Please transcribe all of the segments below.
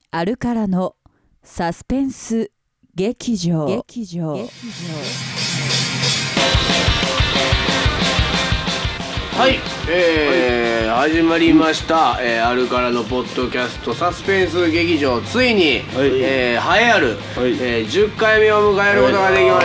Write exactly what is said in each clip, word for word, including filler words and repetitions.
あるからのサスペンス劇場劇場劇場はい、えーはい、始まりました、えー、あるからのポッドキャストサスペンス劇場、ついに、はいえー、栄えある、はいえー、じゅっかいめを迎えることができました、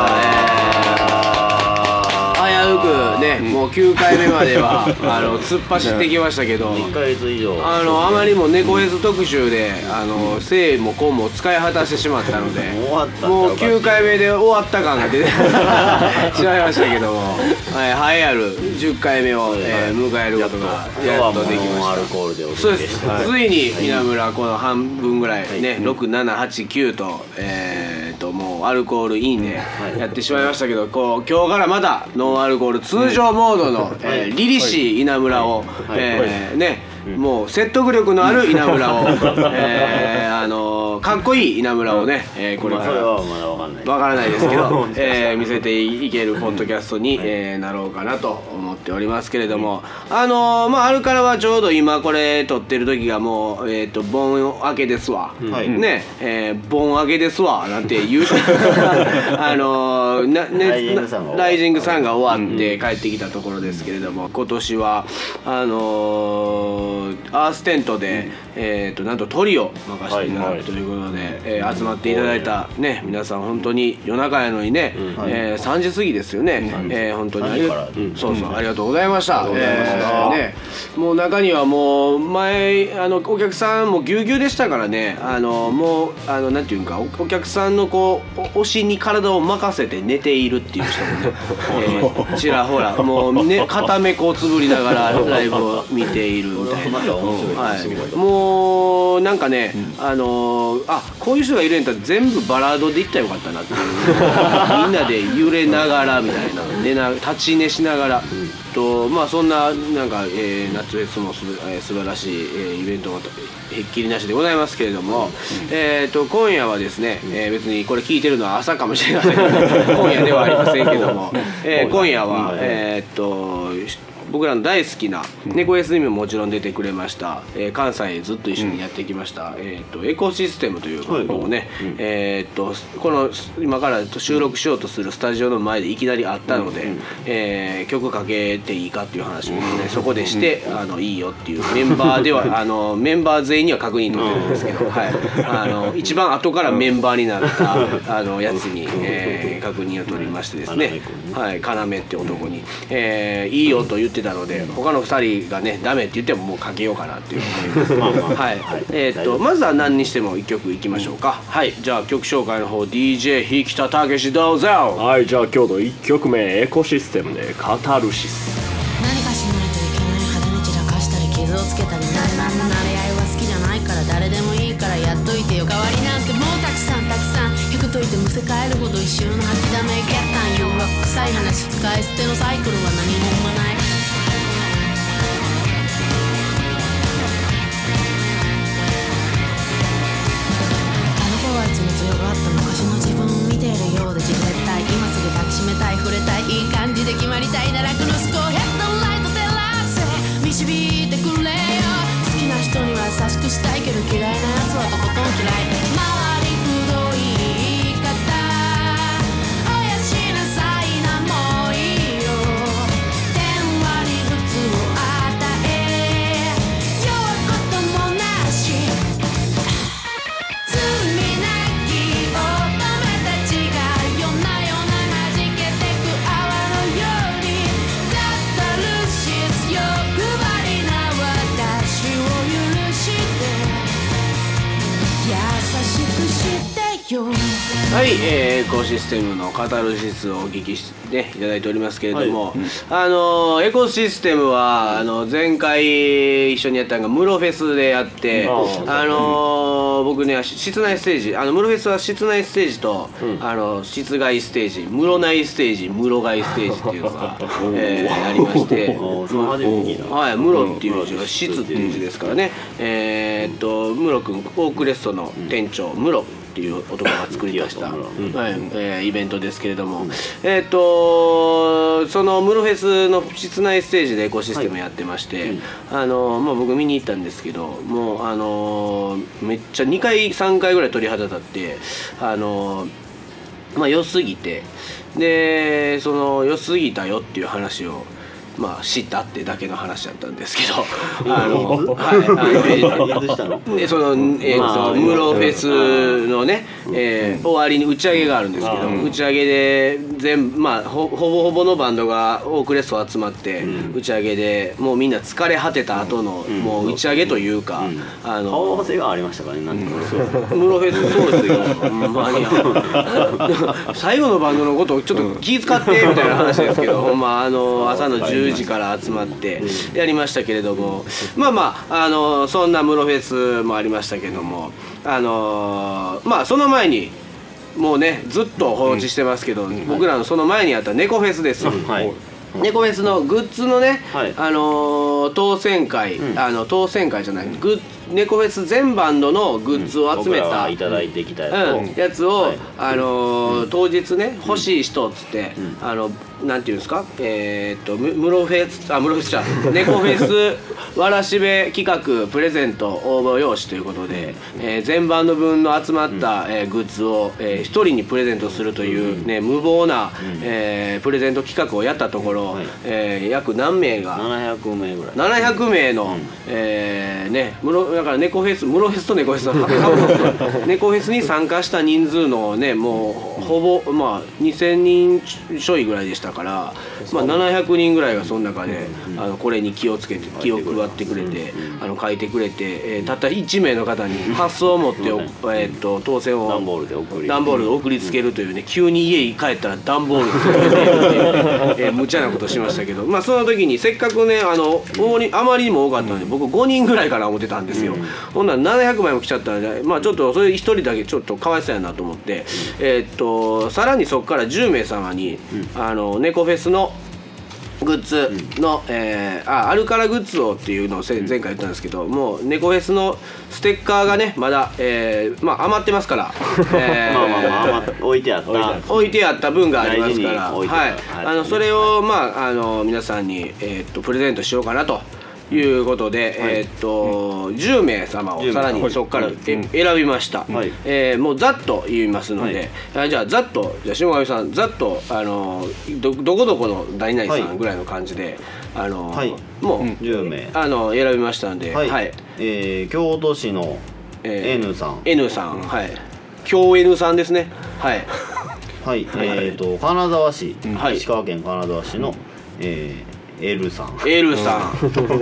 はいえー、危うくね、うん、もうきゅうかいめまではあの突っ走ってきましたけどいっかげつ以上あのあまりも猫フェス特集であの生も根も使い果たしてしまったのでもうきゅうかいめで終わった感が出てしまいましたけども、はい、栄えあるじゅっかいめを、えー、迎えることがやっとできました。そうです、はい、ついに稲村この半分ぐらいね、はい、ろく、なな、はち、きゅうと、えー、ともうアルコールインでやってしまいましたけど、こう今日からまたノンアルコール通常モードの、えー、凛々しい稲村を、えー、ねもう説得力のある稲村を、えー、あのかっこいい稲村をね、えー、これから、まあ、それはまだ分かんない分からないですけど、えー、見せていけるポッドキャストに、えー、なろうかなと思っておりますけれども、あのー、まああるからはちょうど今これ撮ってる時がもうえっ、ー、と盆明けですわ、はい、ねえー、盆明けですわなんて言うあのー、なねライジングさんが終わって帰ってきたところですけれども、今年はあのーアーステントで、うんえー、となんとトリを任せていただくということで、はいえー、集まっていただいた、ね、皆さん本当に夜中やのにね、うんえー、さんじ過ぎですよね、うんえー、本当にありが、うん、そうそう、うん、ありがとうございました、えーね、もう中にはもう前あのお客さんもぎゅうぎゅうでしたからね、あのもうあのなんていうか お, お客さんのこう推しに体を任せて寝ているっていう人もね、えー、ちらほらもう、ね、片目こうつぶりながらライブを見ているみたいなはい、もうなんかね、うん、あのー、あこういう人がいるんやったら全部バラードでいったらよかったなっていうみんなで揺れながらみたいな寝な立ち寝しながら、うん、とまあそんななんか、えー、夏フェスもす、えー、素晴らしい、えー、イベントもへっきりなしでございますけれども、うん、えー、と今夜はですね、えー、別にこれ聞いてるのは朝かもしれません今夜ではありませんけども、えー、今夜はえー、っと僕らの大好きな猫 エスエム ももちろん出てくれました、えー、関西ずっと一緒にやってきました、うんえー、とエコシステムというのをね、はいえー、とこの今から収録しようとするスタジオの前でいきなり会ったので、うんえー、曲かけていいかっていう話を、ね、そこでしてあのいいよっていうメンバーではあのメンバー全員には確認取ってるんですけど、はい、あの一番後からメンバーになったあのやつに、えー、確認を取りましてですね、はい、要って男に、えー、いいよと言ってたので他のふたりがねダメって言ってももうかけようかなっていう思いますはい、えー、っとまずは何にしてもいっきょくいきましょうか、はい、じゃあ曲紹介の方 ディージェー ひきたたけしどうぞ。 はい、じゃあ今日のいっきょくめエコシステムでカタルシス。 何かしないといけない派手に散らかしたり傷をつけたりなんなんの慣れ合いは好きじゃないから誰でもいいからやっといてよ代わりなんてもうたくさんたくさんひゃくといてむせ返るほど一瞬の吐きだめゲッタン誘惑臭い話使い捨てのサイクルは何も生まない強がった昔の自分を見ているようで絶対今すぐ抱きしめたい触れたいいい感じで決まりたいならクロスコーヘッドライト照らせ導いてくれよ好きな人には優しくしたいけど嫌いなやつはとことん嫌い周りくどい言い方おやしなさいなもういいよ天話に物を与え弱こともなし罪なはい、えー、エコシステムのカタルシスをお聞きして、ね、いただいておりますけれども、はい、あのエコシステムはあの前回一緒にやったのが室フェスでやってあの僕ね室内ステージあの室フェスは室内ステージと、うん、あの室外ステージ室内ステージ室外ステージっていうのが、えー、ありましてはい室っていう字は室っていう字ですからねえー、っと室くんオークレストの店長室っていう男が作りました、 うんはいえー、イベントですけれども、うん、えっとそのムロフェスの室内ステージでエコシステムやってまして、はいうんあのまあ、僕見に行ったんですけどもうあのめっちゃにかいさんかいぐらい鳥肌立ってあのまあ良すぎてでその良すぎたよっていう話をまあ知ったってだけの話だったんですけどあのはいでそのえっとムロフェスのねえ終わりに打ち上げがあるんですけど打ち上げで全部まあほぼほぼのバンドがオークレスト集まって打ち上げでもうみんな疲れ果てた後のもう打ち上げというかあの顔合わせがありましたからねなんかムロフェスそうですよまあ最後のバンドのことをちょっと気遣ってみたいな話ですけどほんまあの朝のじゅうじから集まってやりましたけれどもまあまああのそんなムロフェスもありましたけどもあのまあその前にもうねずっと放置してますけど僕らのその前にあった猫フェスです、はい、猫フェスのグッズのね、はい、あの当選会、うん、あの当選会じゃないグッ猫フェス全バンドのグッズを集めた、 うん、いただいてきたやつを、 うん、やつを、はい、あのー、当日ね欲しい人っつって、うん、あのなんていうんですかえー、っとムロフェスあムロフェスじゃ猫フェスわらしべ企画プレゼント応募用紙ということで、えー、全バンド分の集まった、うんえー、グッズをひと、えー、人にプレゼントするという、ね、無謀な、うんえー、プレゼント企画をやったところ、はいえー、約何名がななひゃくめいぐらいななひゃくめいの、うんえーね、ムロだから猫フェスムロフェスと猫フェスの猫フェスに参加した人数のねもうほぼまあにせんにんちょいぐらいでしたから、まあ、ななひゃくにんぐらいがその中であのこれに気をつけて気を配ってくれてあの書いてくれて、えー、たったいちめいの方に発送を持って、えー、と当選を段ボールで送り段ボールで送りつけるというね急に家に帰ったら段ボールで、えー、無茶なことしましたけど、まあ、その時にせっかくねあのあまりにも多かったので僕ごにんぐらいかな思ってたんですよ、うん、ほんならななひゃくまいも来ちゃったら、まあ、ちょっとそれひとりだけちょっとかわいそうやなと思って、うんえー、っとさらにそこからじゅうめい様に、うん、あの猫フェスのグッズの、うんえー、ああるからグッズをっていうのを前回言ったんですけど、もう猫フェスのステッカーがねまだ、えーまあ、余ってますから、 えー、まあまあまあ置いてあった置いてあった分がありますから、はい、あのそれを、まあ、あの皆さんに、えー、っとプレゼントしようかなということで、はいえー、っと、うん、じゅうめい様をさらにそこから、はい、選びました、はいえー、もうざっと言いますので、はい、じゃあざっとじゃあ下上さんざっとあの ど, どこどこの大々さんぐらいの感じで、はい、あの、はい、もう、うん、 じゅうめいあの選びましたんで、 はいはいえー、京都市の N さん、 えー、N さん、はい京 N さんですねはいはいえー、と金沢市、はい、石川県金沢市の、えーL さん L さん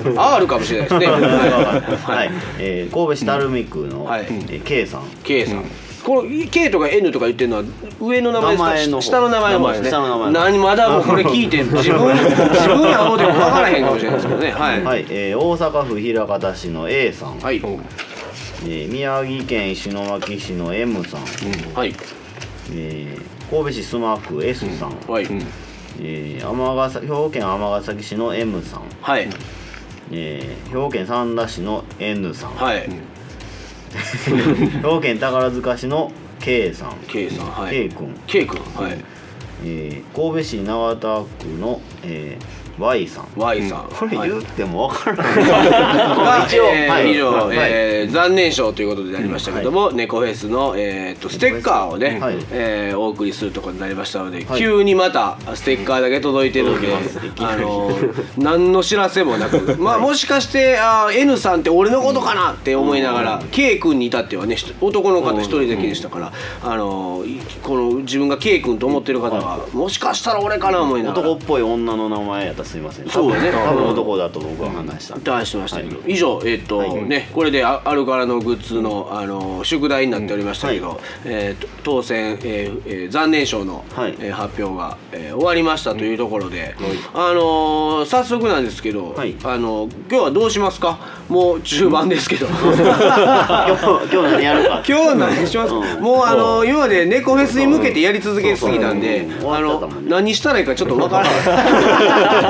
R かもしれないですねはい、 はいえー、神戸市垂水区の、うんはいえー、K さん K さんこの K とか N とか言ってるのは上の名前ですか下の名前の方ですね下の名前何まだもうこれ聞いて自分自分や思うても分からへんかもしれないですけどねはい、 はいえー、大阪府枚方市の A さん、はいえー、宮城県石巻市の M さん、うんはいえー、神戸市須磨区 S さん、うんはいうんえー、尼崎兵庫県尼崎市の M さん、はいえー、兵庫県三田市の N さん、はい兵庫県宝塚市の K さん K さん、はい、 K 君 K 君、はいえー、神戸市長田区の、えーY さん Y さん、 これ言っても分からないが一応、えーはい、以上、はいえー、残念賞ということでなりましたけども、はい、猫フェスの、えー、とステッカーをね、はいえー、お送りするところになりましたので、はい、急にまたステッカーだけ届いてるので、うん、あの何の知らせもなくまあもしかしてあ N さんって俺のことかなって思いながら、うん、K 君に至ってはね男の方一人だけでしたから、うん、あのこの自分が K 君と思ってる方は、うん、もしかしたら俺かな思いながら男っぽい女の名前やったらすいませんそうね多分男だと僕は話した話しましたけど、はい、以上えっ、ー、と、はい、ねこれであるからのグッズのあの宿題になっておりましたけど、はいえー、当選、えーえー、残念賞の、はいえー、発表が、えー、終わりましたというところで、うん、あのー、早速なんですけど、はい、あの今日はどうしますかもう中盤ですけど、うん、今日今日何やるか今日何しますか、うん、もうあの今まで猫フェスに向けてやり続けすぎたんで、あの何したらいいかちょっとわからない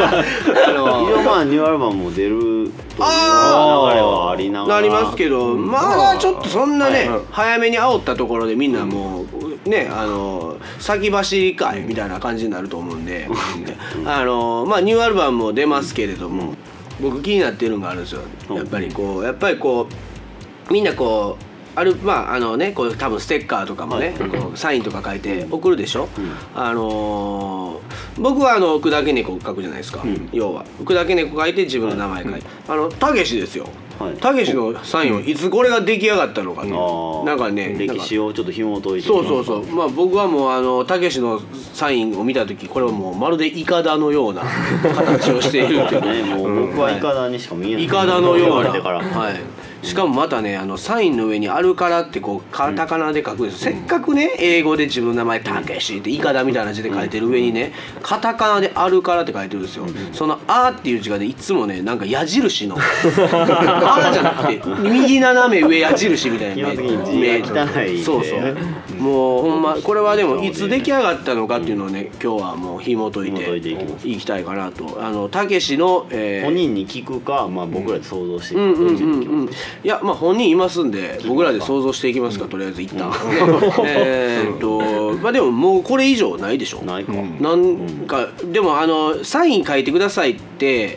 一応まあニューアルバムも出るという流れはありながらなりますけど、まだちょっとそんなね早めに煽ったところでみんなもうねあの先走り会みたいな感じになると思うんであのまあニューアルバムも出ますけれども、僕気になってるのがあるんですよ。やっぱりこうやっぱりこうみんなこうあるまああのねこう多分ステッカーとかもね、はい、こうサインとか書いて送るでしょ、うん、あのー、僕はあの砕け猫書くじゃないですか、うん、要は砕け猫書いて自分の名前書いて、うん、あのたけしですよ。たけしのサインをいつこれが出来上がったのかね、うん、なんかね歴史をちょっと紐解いてそうそうそうまあ僕はもうあのたけしのサインを見た時これはもうまるでイカダのような形をしているっていうねもう僕はイカダにしか見えない、 イカダのようなはいしかもまたねあのサインの上にあるからってこうカタカナで書くんです、うん、せっかくね英語で自分の名前たけしってイカダみたいな字で書いてる上にねカタカナであるからって書いてるんですよ、うん、そのあっていう字がねいつもねなんか矢印のあじゃなくて右斜め上矢印みたいな目汚いそうそうもうほんまこれはでもいつ出来上がったのかっていうのをね今日はもう紐解いていきたいかなとあのたけしの、 えー、本人に聞くか、まあ、僕らで想像していくか、うんうんうんうんいやまあ本人いますんで僕らで想像していきますか、うん、とりあえず一旦、うん、えーっとまあでももうこれ以上ないでしょないかなんかでもあのサイン書いてくださいって、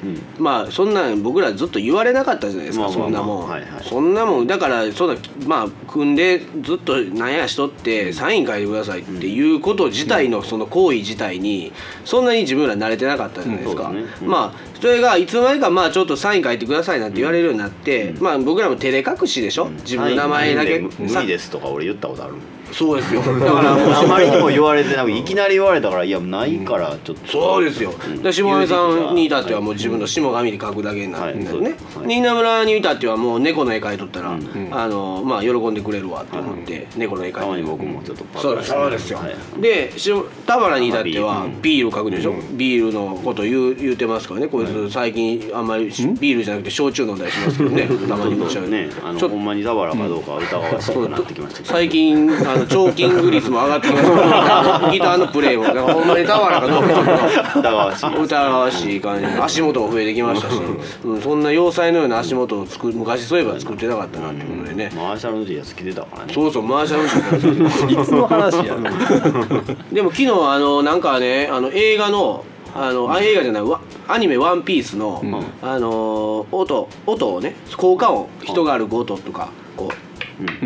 うん、まあそんなん僕らずっと言われなかったじゃないですか、まあ、そんなもん、はいはい、そんなもんだからそんなまあ組んでずっとなんやしとってサイン書いてくださいっていうこと自体のその行為自体にそんなに自分ら慣れてなかったじゃないですか、うんですねうん、まあそれがいつの間にかまあちょっとサイン書いてくださいなんて言われるようになって、うん、まあ僕らも照れ隠しでしょ、うん、自分の名前だけ無理ですとか俺言ったことあるそうですよだからもうあまりにも言われてなんかいきなり言われたからいやないからちょっと、うん、 そうですよ、うん、で下上さんに至ってはもう自分の下紙で書くだけになるんだよね、はいはい、稲村に至ってはもう猫の絵描いとったら、うん、あのまあ喜んでくれるわって思って、うん、猫の絵描いてたまに僕もちょっとパそうそうですよ、はい、で田原に至ってはビール書くでしょ、うん、ビールのこと言う言うてますからねこいつ最近あんまりビールじゃなくて焼酎飲んだりしますけどねたまにおっしゃるねあのほんまに田原かどうか疑わしくなってきましたけど最近あのチョーキング率も上がってきましたギターのプレイもだからほんまに田原かどうか疑わしい疑わしい感じ足元も増えてきましたし、うん、そんな要塞のような足元を作昔そういえば作ってなかったなっていうことでね、 うん、マーシャルの T やつ着てたからねそうそうマーシャルの T いつの話やでも昨日あのなんかねあの映画のあのあ映画じゃないアニメワンピースの、うん、あの音音をね効果音人が歩く音とかこう、うん、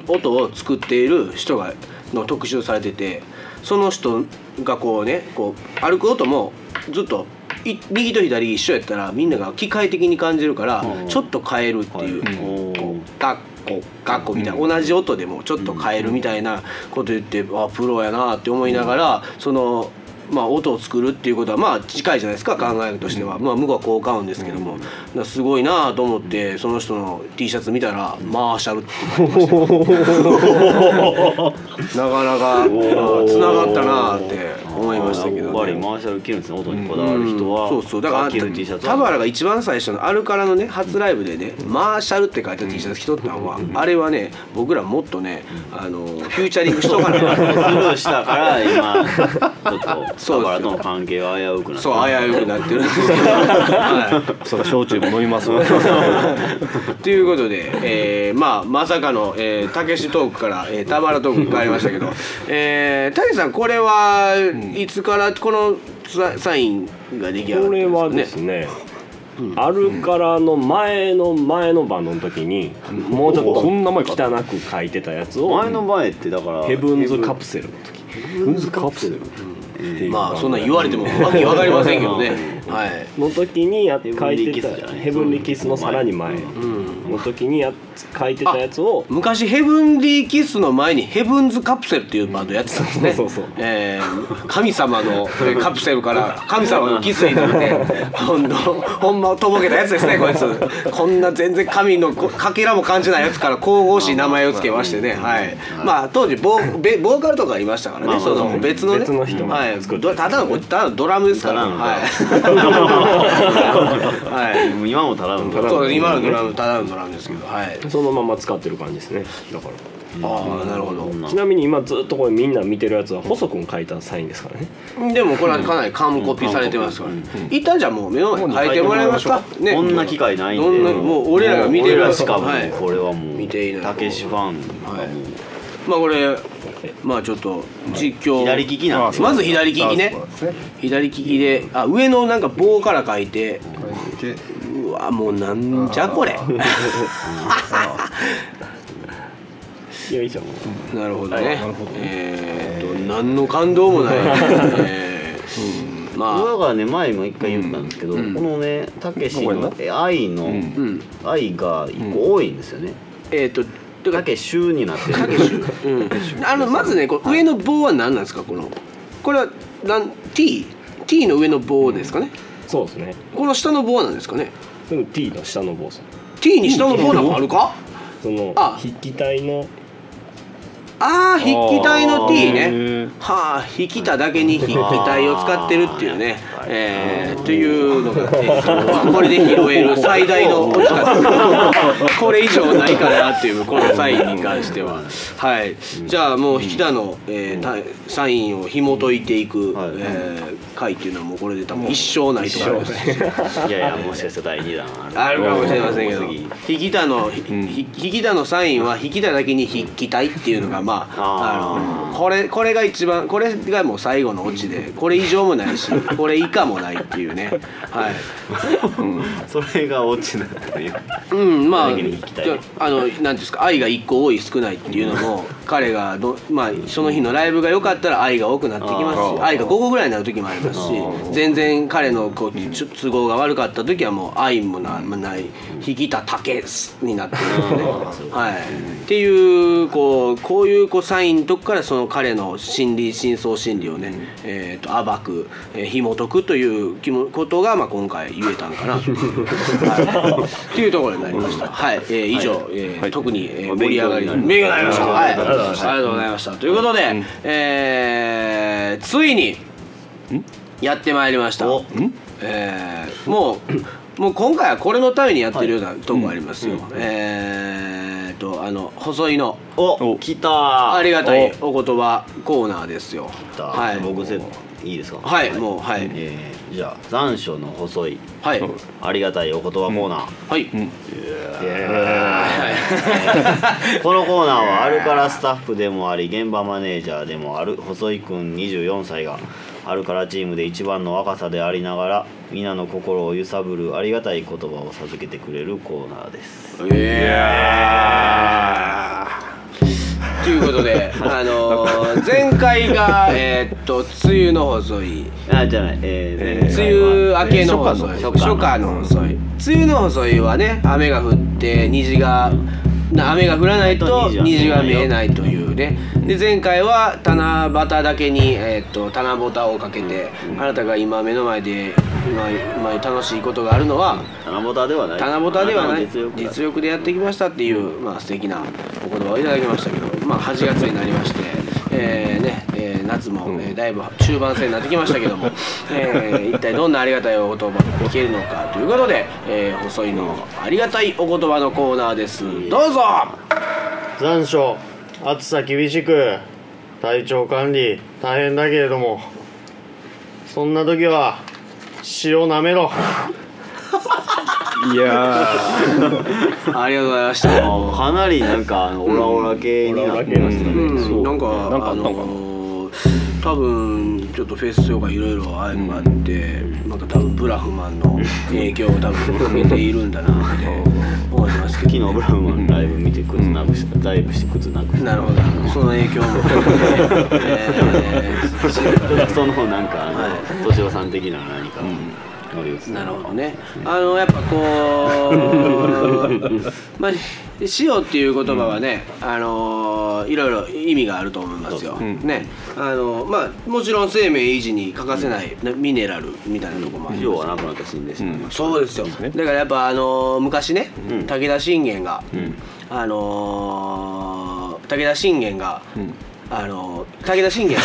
音を作っている人がの特集されててその人がこうねこう歩く音もずっと右と左一緒やったらみんなが機械的に感じるからちょっと変えるっていう、こうガッコガッコみたいな同じ音でもちょっと変えるみたいなこと言ってあプロやなって思いながらそのまあ音を作るっていうことはまあ近いじゃないですか考えるとしては、まあ向こうは効果音ですけどもすごいなと思ってその人の T シャツ見たらマーシャルって書いてましたなかなかつながったなって思いましたけど、ね、 やっぱりマーシャル着るんですね音にこだわる人は、 うん、そうそうだから田原が一番最初のアルカラのね初ライブでねマーシャルって書いた T シャツ着とったのはあれはね僕らもっとねあのフューチャリングしとかないスルーしたから今ちょっと田原との関係は危うくなってるそう危うくなってるんですけど、はい、それ焼酎も飲みますということで、えー、まあまさかのたけしトークから、えー、田原トークに変わりましたけどたけし、えー、さんこれはいつからこのサインが出来上がったんですかね。 これはですね、うん、アルカラの前の前のバンドの時に、うん、もうちょっと汚く書いてたやつを前の前ってだからヘブンズカプセルの時ヘブンズカプセル、 うん、まあそんな言われてもわけわかりませんけどねはいの時にや書いてたヘブンリーキスのさらに前の時にや書いてたやつを昔ヘブンリーキスの前にヘブンズカプセルっていうバンドやってたんですねそうそうそう、 えー、神様のカプセルから神様のキスになってほんのほんまとぼけたやつですねこいつこんな全然神のかけらも感じないやつから神々しい名前を付けましてねはいまあ当時ボー、ボーカルとかいましたからね、まあ、その別のね別の人が作って、 はい、ただのただのドラムですからはいはい、今もただのドラムそう今のドラムただのドラムですけど、はい、 そのまま使ってる感じですねだからああなるほど。 ちなみに今ずっとこれみんな見てるやつは細くん書いたサインですからね。 でもこれはかなり完コピされてますから、一旦じゃあもう目の前に書いてもらえますかね。 こんな機会ないんで、 もう俺らが見てるやつしかもこれはもう見ていないたけしファン、 まあこれまあちょっと実況左利きなんです。 まず左利きね。左利きで、あ上のなんか棒から書いて、うわもうなんじゃこれ。 よいしょ。 なるほどね。えーっと何の感動もない。えーまあ僕がね前も一回言ったんですけど、このねたけしの愛の愛が一個多いんですよね。 えーっとたけしゅになってる。 たけしゅ。あのまずねこ上の棒は何なんですかこの。これはなん T T の上の棒ですかね。 そうですね。 この下の棒は何ですかね。 でも T の下の棒です。 T に下の棒なんかあるか。 その筆記体の。 ああ筆記体の T ね。はあ筆記体だけに筆記体を使ってるっていうね、えー、というのが、えー、これで拾える最大の落ち方これ以上ないかなっていうこのサインに関しては。はい。じゃあもう筆記体の、えー、サインを紐解いていく、はいえー、回っていうのはもうこれで多分一生ないと思いますし。 いやいやもしかしたらだいにだんあるかもしれませんけど、筆記体の筆記体のサインは筆記体だけに筆記体っていうのがまあまあ、あのこれこれが一番これがもう最後のオチでこれ以上もないしこれ以下もないっていうねはい、 うん、それがオチなんだよ。 うんまああのなんですか愛が一個多い少ないっていうのも彼がどまあその日のライブが良かったら愛が多くなってきますし愛がごこぐらいになる時もありますし全然彼のこう都合が悪かった時はもう愛もなない引きたたけになってるので、ね、はいっていうこうこういうこうサインとかからその彼の心理深層心理をね、うんえー、と暴く、えー、紐解くということが、まあ、今回言えたんかなと、はい、っていうところになりました。はい、えー、以上、はいえーはい、特に、えー、盛り上がり勉強になりました。はい、ありがとうございました。ということで、うんえー、ついにやってまいりました。えー、もうもう今回はこれのためにやってるようなとこありますよ。はいうん、えーとあの細いのお来たありがたいお言葉コーナーですよ。 来た、はい、僕せいいですか。 はいもうはい、 えー、じゃあ残暑の細い、 はい、 ありがたいお言葉コーナー、 うん、はい、うんこのコーナーはアルカラスタッフでもあり現場マネージャーでもある細井くんにじゅうよんさいがアルカラチームで一番の若さでありながら皆の心を揺さぶるありがたい言葉を授けてくれるコーナーです。 いやーということで、あのー、前回がえー、っと梅雨の細いあじゃない、えー、梅雨明けの細い初夏の細い梅雨の細いはね雨が降って虹が雨が降らないと虹が見えないというね。で前回は七夕だけに、えー、っと七夕をかけて、うん、あなたが今目の前で今今楽しいことがあるのは七夕ではない七夕ではない実力, 実力でやってきましたっていう、まあ素敵なお言葉をいただきましたけど、まあはちがつになりまして、えーねえー、夏も、えー、だいぶ中盤戦になってきましたけども、えー、一体どんなありがたいお言葉が聞けるのかということで、えー、細いのありがたいお言葉のコーナーです。どうぞ。 残暑暑さ厳しく体調管理大変だけれどもそんな時は塩なめろ。 いやありがとうございました。 かなりなんかあのオラオラ系になってましたね。 うんうん、なんかあのー、多分ちょっとフェスとかいろいろああいうのがあって、うん、なんか多分ブラフマンの影響を多分受けているんだなって思いますけど、ね、 昨日ブラフマンライブ見て靴なくした、ダイブして靴なくした。 なるほど、その影響も含めて、えー、そのなんかあの敏郎さん的な何か、うんなるほどね。あのやっぱこうまあ塩っていう言葉はね、うん、あのいろいろ意味があると思いますよ。うん、ね、あのまあもちろん生命維持に欠かせないミネラルみたいなところもあります、ね。 塩はなくなった死んでしまう、うん。 そうですよ。だからやっぱあの昔ね、うん、武田信玄が、うん、あの武田信玄が、うんあの武田信玄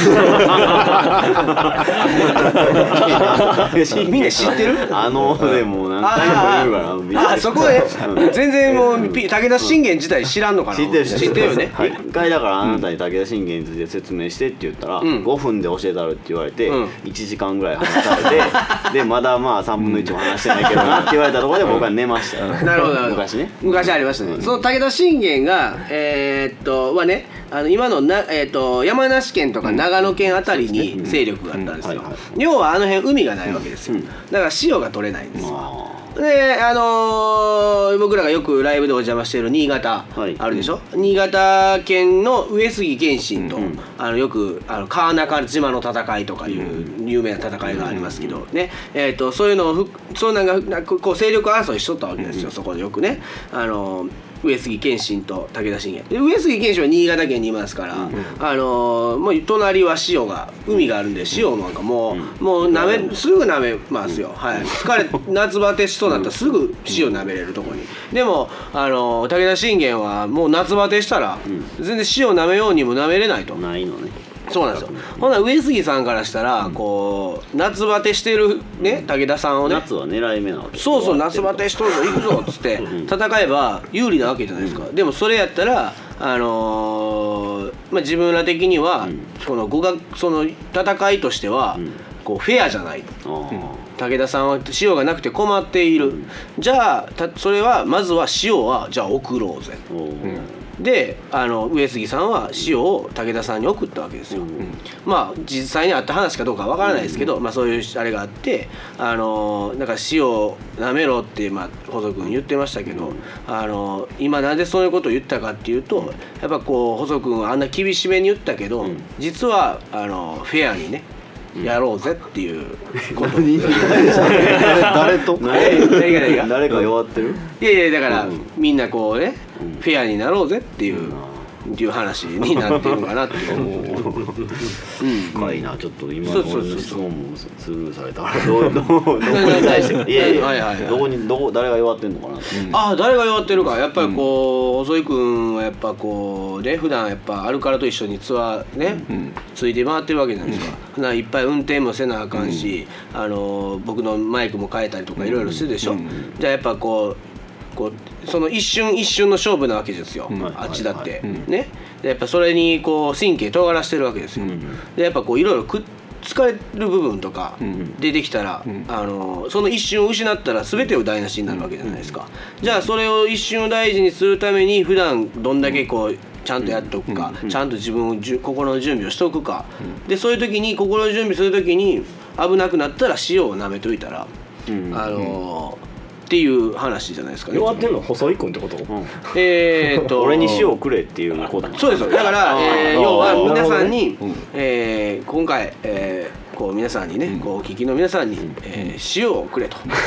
みんな知ってる？ あのでも何回も言うからああそこで全然もう武田信玄自体知らんのかな。 知ってる知ってるよね。 一回だからあなたに武田信玄について説明してって言ったら、うん、ごふんで教えたるって言われて、うん、いちじかんぐらい話されてでまだまあさんぶんのいちも話してないけどなって言われたところで僕は寝ました、うん、 なるほど昔ね昔ありましたね、うん、その武田信玄がえー、っとはねあの今のな、えー、と山梨県とか長野県あたりに勢力があったんですよ。要はあの辺海がないわけですよ。だから塩が取れないんですよ。で、あのー、僕らがよくライブでお邪魔している新潟あるでしょ、はい、新潟県の上杉謙信と、うん、あのよくあの川中島の戦いとかいう有名な戦いがありますけど、ねえー、とそういうのをふそうなんかこう勢力争いしとったわけですよ、そこでよくね。あのー上杉謙信と武田信玄で上杉謙信は新潟県にいますから、うん、あのー、もう隣は塩が海があるんで塩なんかもう、うん、もうなめすぐ舐めますよ、うん、はい、疲れ夏バテしそうだったらすぐ塩舐めれるとこに。でも、あのー、武田信玄はもう夏バテしたら、うん、全然塩舐めようにも舐めれないと。 ないのね。 そうなんですよ。ほんなら上杉さんからしたら、こう夏バテしてるね武田さんをね、 夏は狙い目なわけ。 そうそう、夏バテしとるぞ行くぞっつって戦えば有利なわけじゃないですか、うん、でもそれやったらあのーまあ、自分ら的には、うん、その語学その戦いとしては、うん、こうフェアじゃない、うん、武田さんは塩がなくて困っている、うん、じゃあたそれはまずは塩はじゃあ送ろうぜ、うんであの上杉さんは塩を武田さんに送ったわけですよ、うん、まあ実際にあった話かどうかわからないですけど、うんまあ、そういうあれがあってあのなんか塩をなめろって、まあ、細君言ってましたけど、うん、あの今なんでそういうことを言ったかっていうとやっぱこう細君はあんな厳しめに言ったけど、うん、実はあのフェアにねやろうぜっていうこと。 誰と誰が誰か弱ってる？ いやいやだから、うん、みんなこうね、うん、フェアになろうぜっていう、うんっていう話になってるのかなって思う。 深いな、ちょっと今の俺の質問もスルーされたからどうどうどこに対していやいや、はいはいはい、どこにどこ誰が弱ってんのかな、うん、 ああ誰が弱ってるかやっぱりこう、うん、細井君はやっぱこうね普段やっぱアルカラと一緒にツアーね、うん、ついて回ってるわけじゃないですか、うん、ないっぱい運転もせなあかんし、うん、あの僕のマイクも変えたりとかいろいろするでしょ、うん、じゃあやっぱこうこうその一瞬一瞬の勝負なわけですよ、うん、あっちだって、はいはい、ねでやっぱそれにこう神経尖らしてるわけですよ、うん、でやっぱこういろいろくっつかれる部分とか出てきたら、うん、あのその一瞬を失ったら全てを台無しになるわけじゃないですか、うん、じゃあそれを一瞬を大事にするために普段どんだけこうちゃんとやっておくか、うん、ちゃんと自分をじゅ心の準備をしておくか、うん、でそういう時に心の準備する時に危なくなったら塩を舐めといたら、うん、あのーっていう話じゃないですかね。 弱ってんの細井君ってこと？うん、 えーっと俺に塩をくれっていうこと。 そうですよ。だから、えー、要は皆さんに、ねえー、今回、えーこう皆さんにね、うん、こうお聞きの皆さんに、うんえー、塩をくれと多分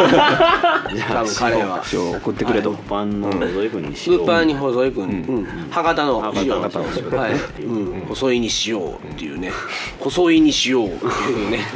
彼は塩を送ってくれと、はい、物販の細井君に塩物販に細井君、うんうん、博多の塩を、はいうん、細井に塩っていうね細井に塩っていうね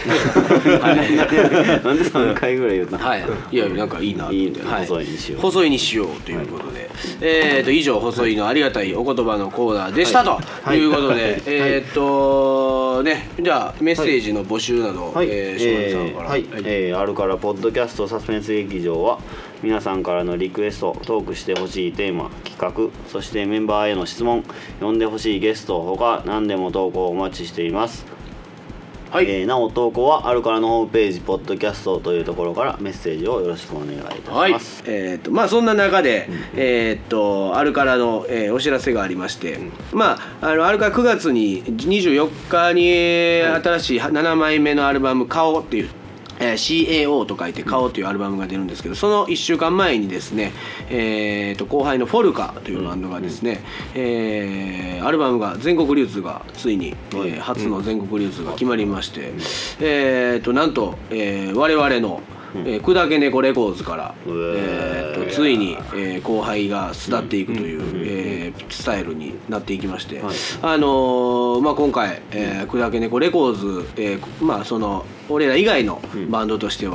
なんでさんかいぐらい言ったの？ はいいやなんかいいなっていいね、はい、細井に塩細井に塩ということで、はい、えーと以上細井のありがたいお言葉のコーナーでした、はい、ということで、はい、えーっとねじゃあメッセージの募集など、 はいえー、島根さんから、 はいはいえー、あるからポッドキャストサスペンス劇場は皆さんからのリクエスト、トークしてほしいテーマ、企画、そしてメンバーへの質問、呼んでほしいゲストほか何でも投稿をお待ちしています。はいえー、なお投稿はあるからのホームページポッドキャストというところからメッセージをよろしくお願いいたします。はいえーとまあ、そんな中で、うんえー、とあるからの、えー、お知らせがありまして、うんまあ、あのあるからくがつににじゅうよっかに新しいななまいめのアルバム「顔」っていうえー、シーエーオー と書いて顔というアルバムが出るんですけど、そのいっしゅうかんまえにですね、えー、と後輩のフォルカというバンドがですね、えー、アルバムが全国流通がついに、えー、初の全国流通が決まりまして、えー、となんと、えー、我々のえー、砕け猫レコーズから、えー、とついに、えー、後輩が巣立っていくという、えー、スタイルになっていきまして、はいあのーまあ、今回、えー、砕け猫レコーズ、えーまあ、その俺ら以外のバンドとしては、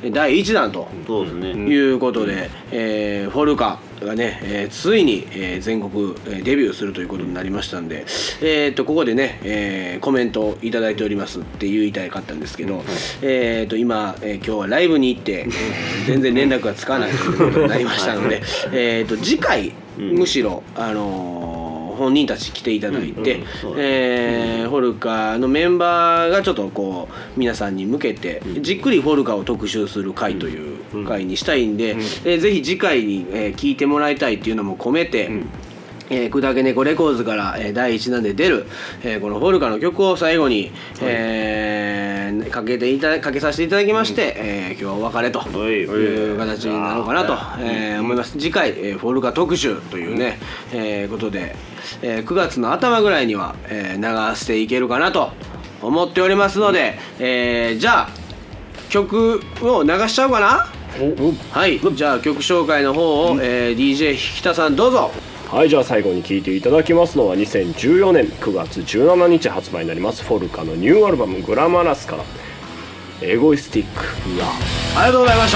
だいいちだんとそうですねいうことで、えー、フォルカがね、えー、ついに、えー、全国デビューするということになりましたんで、えー、っとここでね、えー、コメントをいただいておりますって言いたかったんですけど、えー、っと今、えー、今日はライブに行って全然連絡がつかないということになりましたので、えー、っと次回むしろあのー本人たち来ていただいて、うんうんえー、フォルカのメンバーがちょっとこう皆さんに向けてじっくりフォルカを特集する回という回にしたいんで、うんうんえー、ぜひ次回に、えー、聞いてもらいたいっていうのも込めて、うんえー、砕け猫レコーズから、えー、だいいちだんで出る、えー、このフォルカの曲を最後に、えー、かけていたかけさせていただきまして、うんえー、今日はお別れという形になろうかなと、えー、思います。次回、えー、フォルカ特集というね、うんえー、ことで、えー、くがつの頭ぐらいには、えー、流していけるかなと思っておりますので、えー、じゃあ曲を流しちゃおうかな。はいじゃあ曲紹介の方を、えー、ディージェー 引田さんどうぞ。 はいじゃあ最後に聴いていただきますのはにせんじゅうよねんくがつじゅうしちにち発売になりますフォルカのニューアルバムグラマラスからエゴイスティックラありがとうございました。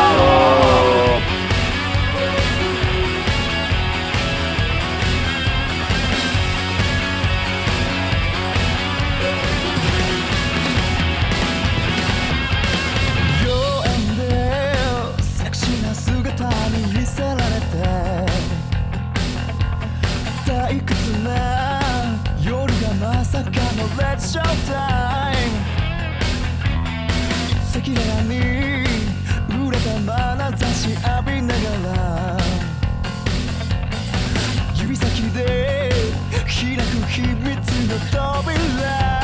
ショータイム赤裸々に売れた眼差し浴びながら指先で開く秘密の扉